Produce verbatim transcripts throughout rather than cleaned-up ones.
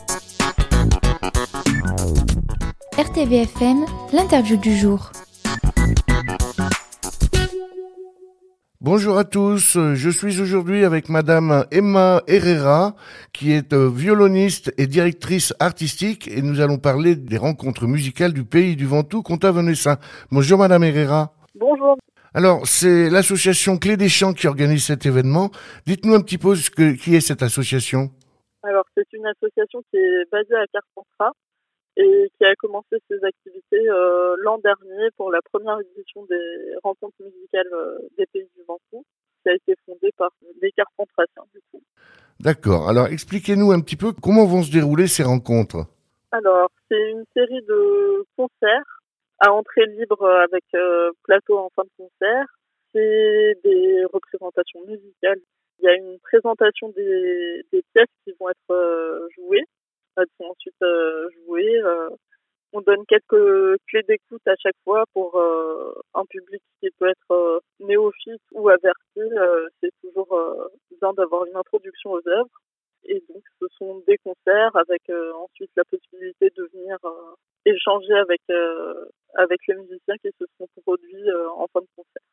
R T V F M, l'interview du jour. Bonjour à tous, je suis aujourd'hui avec Madame Emma Herrera, qui est violoniste et directrice artistique, et nous allons parler des rencontres musicales du Pays du Ventoux, Contat-Venessin. Bonjour Madame Herrera. Bonjour. Alors, c'est l'association Clé des Champs qui organise cet événement. Dites-nous un petit peu ce que, qui est cette association. Alors, c'est une association qui est basée à Carpentras et qui a commencé ses activités euh, l'an dernier pour la première édition des rencontres musicales euh, des Pays du Ventoux, qui a été fondée par des Carpentrassiens, du coup. D'accord. Alors, expliquez-nous un petit peu comment vont se dérouler ces rencontres. Alors, c'est une série de concerts à entrée libre avec euh, plateau en fin de concert. C'est des représentations musicales. Il y a une présentation des, des pièces qui vont être euh, jouées. Elles sont ensuite euh, jouées. Euh, on donne quelques clés d'écoute à chaque fois pour euh, un public qui peut être euh, néophyte ou averti. Euh, c'est toujours euh, bien d'avoir une introduction aux œuvres. Et donc, ce sont des concerts avec euh, ensuite la possibilité de venir euh, échanger avec euh, avec les musiciens qui se sont produits euh, en fin de concert.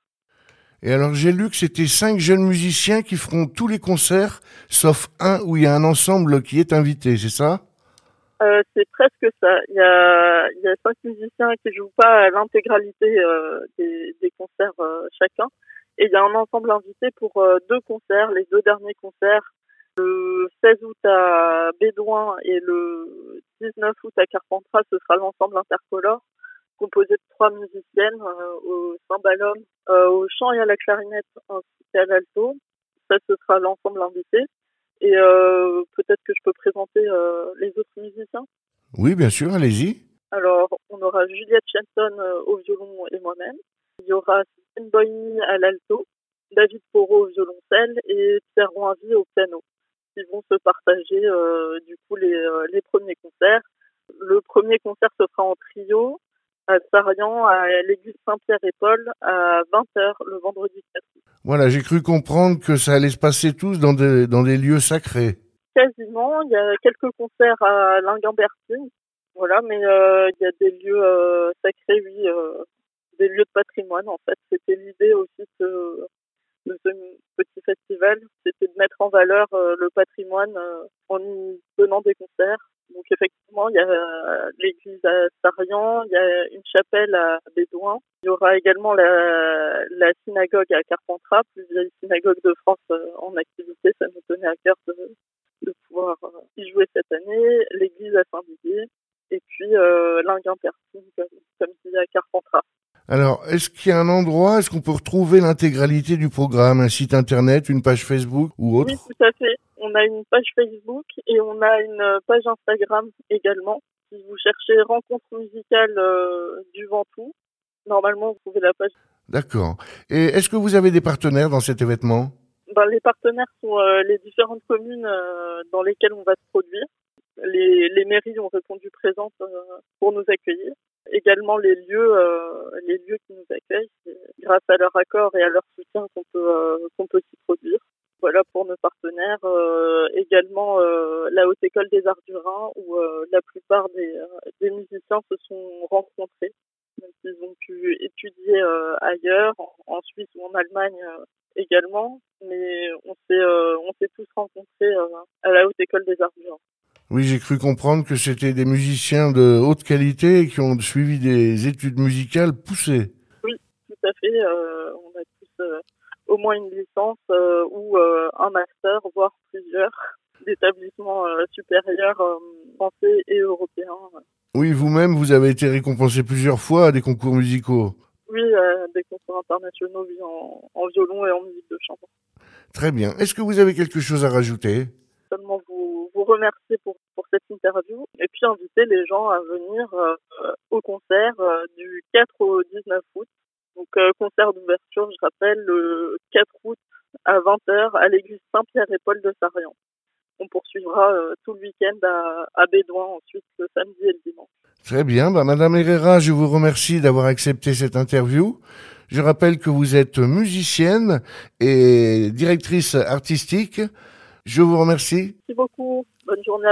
Et alors, j'ai lu que c'était cinq jeunes musiciens qui feront tous les concerts, sauf un où il y a un ensemble qui est invité, c'est ça ? Euh, c'est presque ça. Il y a, il y a cinq musiciens qui jouent pas à l'intégralité euh, des, des concerts euh, chacun. Et il y a un ensemble invité pour euh, deux concerts, les deux derniers concerts, le seize août à Bédouin et le dix-neuf août à Carpentras. Ce sera l'ensemble intercolore, composé de trois musiciennes, euh, au cymbalum, euh, au chant et à la clarinette, ainsi qu'à l'alto. Ça, ce sera l'ensemble invité. Et euh, peut-être que je peux présenter euh, les autres musiciens. Oui, bien sûr, allez-y. Alors, on aura Juliette Shenton euh, au violon et moi-même. Il y aura Stéphane Boigny à l'alto, David Porot au violoncelle et Pierre Roinvy au piano. Ils vont se partager euh, du coup les, euh, les premiers concerts. Le premier concert se fera en trio à Sarian, à l'église Saint-Pierre-et-Paul, à vingt heures le vendredi quatre août. Voilà, j'ai cru comprendre que ça allait se passer tous dans des, dans des lieux sacrés. Quasiment, il y a quelques concerts à Linguimbertine, voilà, mais euh, il y a des lieux euh, sacrés, oui, euh, des lieux de patrimoine en fait. C'était l'idée aussi de, de ce petit festival, c'était de mettre en valeur euh, le patrimoine euh, en y donnant des concerts. Donc effectivement, il y a l'église à Sarian, il y a une chapelle à Bédouin. Il y aura également la, la synagogue à Carpentras, plus vieille synagogue de France euh, en activité. Ça nous tenait à cœur de, de pouvoir euh, y jouer cette année. L'église à Saint-Didier et puis euh, Linguimbertine, comme, comme dit à Carpentras. Alors, est-ce qu'il y a un endroit, est-ce qu'on peut retrouver l'intégralité du programme, un site internet, une page Facebook ou autre ? Oui, tout à fait. On a une page Facebook et on a une page Instagram également. Si vous cherchez Rencontre musicale euh, du Ventoux, normalement vous trouvez la page. D'accord. Et est-ce que vous avez des partenaires dans cet événement ? Ben, les partenaires sont euh, les différentes communes euh, dans lesquelles on va se produire. Les, les mairies ont répondu présentes euh, pour nous accueillir. Également les lieux, euh, les lieux qui nous accueillent, c'est grâce à leur accord et à leur soutien qu'on peut euh, qu'on peut s'y produire. Voilà pour nos partenaires. Euh, également euh, la Haute École des Arts du Rhin, où euh, la plupart des, euh, des musiciens se sont rencontrés. Donc, ils ont pu étudier euh, ailleurs, en, en Suisse ou en Allemagne euh, également, mais on s'est euh, on s'est tous rencontrés euh, à la Haute École des Arts du Rhin. Oui, j'ai cru comprendre que c'était des musiciens de haute qualité qui ont suivi des études musicales poussées. Oui, tout à fait. Euh, on a tous euh, au moins une licence euh, ou euh, un master, voire plusieurs, d'établissements euh, supérieurs euh, français et européens. Oui, vous-même, vous avez été récompensé plusieurs fois à des concours musicaux. Oui, euh, des concours internationaux, oui, en, en violon et en musique de chambre. Très bien. Est-ce que vous avez quelque chose à rajouter ? Seulement vous, vous remercier pour, pour cette interview et puis inviter les gens à venir euh, au concert euh, du quatre au dix-neuf août. Donc euh, concert d'ouverture, je rappelle, le quatre août à vingt heures à l'église Saint-Pierre-et-Paul de Sarian. On poursuivra euh, tout le week-end à, à Bédouin, ensuite le samedi et le dimanche. Très bien. Bah, Madame Herrera, je vous remercie d'avoir accepté cette interview. Je rappelle que vous êtes musicienne et directrice artistique. Je vous remercie. Merci beaucoup. Bonne journée à vous.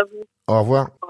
Au revoir.